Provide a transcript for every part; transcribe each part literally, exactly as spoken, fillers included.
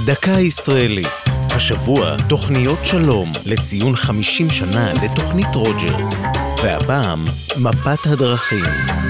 דקה ישראלית. השבוע תוכניות שלום לציון חמישים שנה לתוכנית רוג'רס. והפעם מפת הדרכים.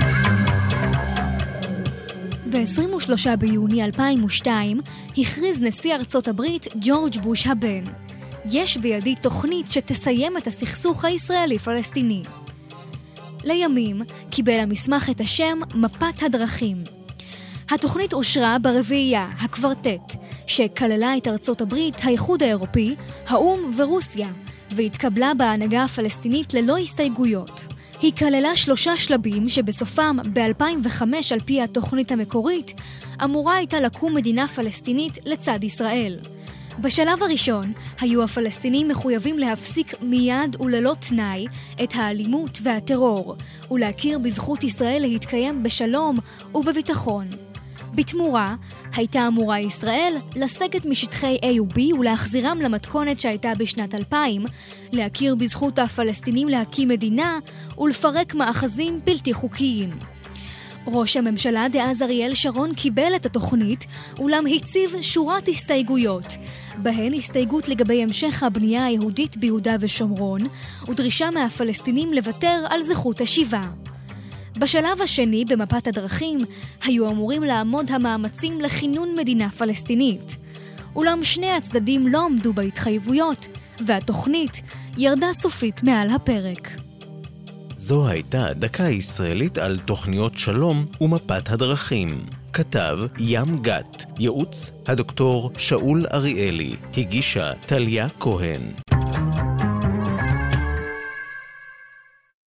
ב-עשרים ושלושה ביוני אלפיים ושתיים הכריז נשיא ארצות הברית ג'ורג' בוש הבן: יש בידי תוכנית שתסיים את הסכסוך הישראלי-פלסטיני. לימים קיבל המסמך את השם מפת הדרכים. התוכנית אושרה ברביעייה, הקוורטט, שכללה את ארצות הברית, האיחוד האירופי, האום ורוסיה, והתקבלה בהנהגה הפלסטינית ללא הסתייגויות. היא כללה שלושה שלבים שבסופם ב-אלפיים וחמש על פי התוכנית המקורית אמורה הייתה לקום מדינה פלסטינית לצד ישראל. בשלב הראשון היו הפלסטינים מחויבים להפסיק מיד וללא תנאי את האלימות והטרור ולהכיר בזכות ישראל להתקיים בשלום ובביטחון. בתמורה הייתה אמורה ישראל לסגת משטחי A ו-B ולהחזירם למתכונת שהייתה בשנת אלפיים, להכיר בזכות הפלסטינים להקים מדינה ולפרק מאחזים בלתי חוקיים. ראש הממשלה דאז אריאל שרון קיבל את התוכנית אולם הציב שורת הסתייגויות, בהן הסתייגות לגבי המשך הבנייה היהודית ביהודה ושומרון ודרישה מהפלסטינים לוותר על זכות השיבה. בשלב השני במפת הדרכים היו אמורים לעמוד המאמצים לכינון מדינה פלסטינית. אולם שני הצדדים לא עמדו בהתחייבויות והתוכנית ירדה סופית מעל הפרק. זו הייתה דקה ישראלית על תוכניות שלום ומפת הדרכים. כתב ים גת, ייעוץ הדוקטור שאול אריאלי, הגישה טליה כהן.